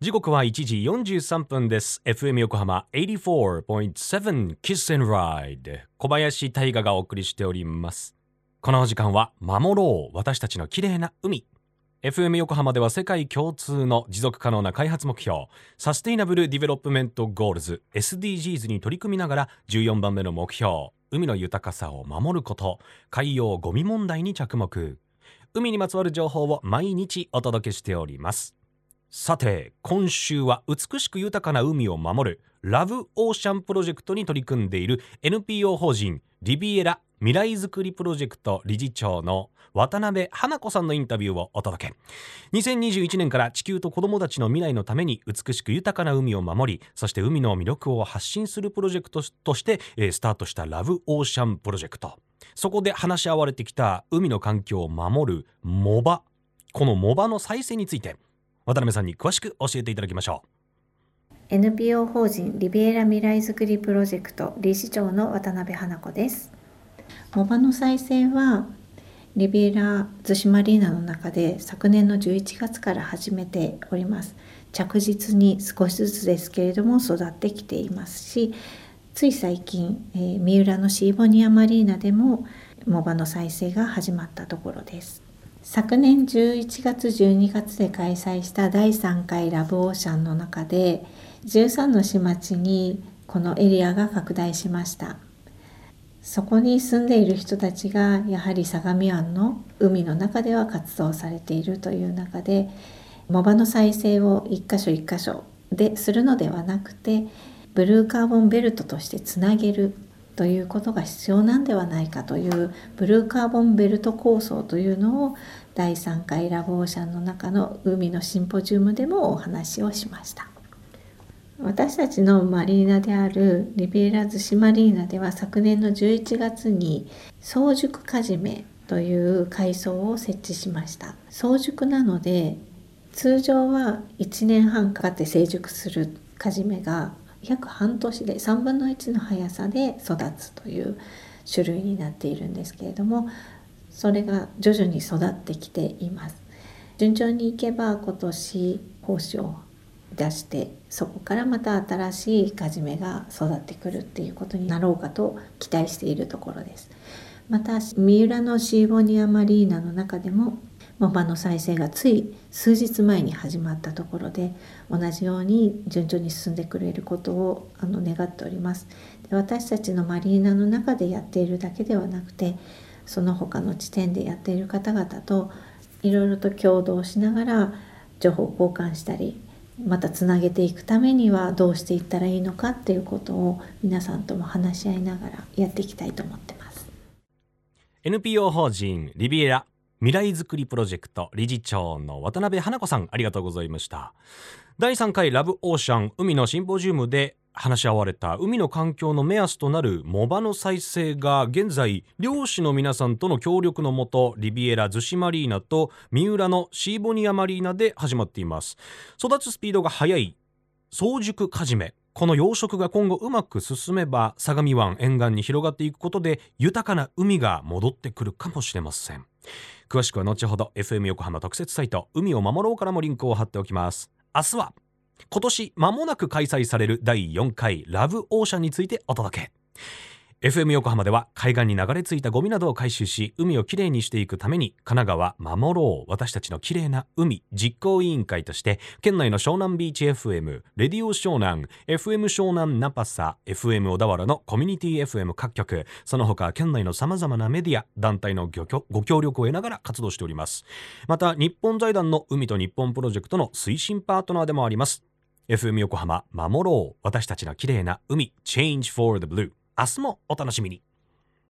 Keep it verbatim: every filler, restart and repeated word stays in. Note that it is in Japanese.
時刻はいちじよんじゅうさんぷんです。 エフエム 横浜 はちじゅうよんてんなな Kiss and Ride、 小林大賀がお送りしております。このお時間は守ろう私たちの綺麗な海。 エフエム 横浜では世界共通の持続可能な開発目標サステイナブルディベロップメントゴールズ エスディージーズ に取り組みながら、じゅうよんばんめの目標、海の豊かさを守ること、海洋ゴミ問題に着目。海にまつわる情報を毎日お届けしております。さて、今週は美しく豊かな海を守るラブオーシャンプロジェクトに取り組んでいる エヌピーオー 法人リビエラ未来づくりプロジェクト理事長の渡辺花子さんのインタビューをお届け。にせんにじゅういちねんから地球と子どもたちの未来のために美しく豊かな海を守り、そして海の魅力を発信するプロジェクトとしてスタートしたラブオーシャンプロジェクト。そこで話し合われてきた海の環境を守るモバ、このモバの再生について渡辺さんに詳しく教えていただきましょう。 エヌピーオー 法人リビエラ未来づくりプロジェクト理事長の渡辺花子です。モバの再生はリビエラ逗子マリーナの中で昨年のじゅういちがつから始めております。着実に少しずつですけれども育ってきていますし、つい最近、えー、三浦のシーボニアマリーナでもモバの再生が始まったところです。昨年じゅういちがつじゅうにがつで開催しただいさんかいラブオーシャンの中でじゅうさんの市町にこのエリアが拡大しました。そこに住んでいる人たちがやはり相模湾の海の中では活動されているという中で、モバの再生を一箇所一箇所でするのではなくて、ブルーカーボンベルトとしてつなげるということが必要なんではないかというブルーカーボンベルト構想というのをだいさんかいラブオーシャンの中の海のシンポジウムでもお話をしました。私たちのマリーナであるリビエラ逗子マリーナでは昨年のじゅういちがつに早熟カジメという海藻を設置しました。早熟なので通常はいちねんはんかかって成熟するカジメが約半年でさんぶんのいちの速さで育つという種類になっているんですけれども、それが徐々に育ってきています。順調にいけば今年胞子を出して、そこからまた新しいカジメが育ってくるっていうことになろうかと期待しているところです。また三浦のシーボニアマリーナの中でもモバの再生がつい数日前に始まったところで、同じように順調に進んでくれることをあの願っております。で、私たちのマリーナの中でやっているだけではなくて、その他の地点でやっている方々といろいろと共同しながら情報交換したり、またつなげていくためにはどうしていったらいいのかっていうことを皆さんとも話し合いながらやっていきたいと思ってます。 エヌピーオー 法人リビエラ未来づくりプロジェクト理事長の渡辺花子さん、ありがとうございました。だいさんかいラブオーシャン海のシンポジウムで話し合われた海の環境の目安となるモバの再生が現在漁師の皆さんとの協力のもとリビエラ逗子マリーナと三浦のシーボニアマリーナで始まっています。育つスピードが速い早熟カジメ、この養殖が今後うまく進めば相模湾沿岸に広がっていくことで豊かな海が戻ってくるかもしれません。詳しくは後ほど エフエム 横浜特設サイト海を守ろうからもリンクを貼っておきます。明日は今年間もなく開催されるだいよんかいラブオーシャンについてお届け。 エフエム 横浜では海岸に流れ着いたゴミなどを回収し海をきれいにしていくために神奈川守ろう私たちのきれいな海実行委員会として県内の湘南ビーチ エフエム、 レディオ湘南、 エフエム 湘南ナパサ、 エフエム 小田原のコミュニティ エフエム 各局、その他県内のさまざまなメディア団体のご協力を得ながら活動しております。また日本財団の海と日本プロジェクトの推進パートナーでもあります。 エフエム 横浜守ろう私たちのきれいな海 Change for the Blue、明日もお楽しみに。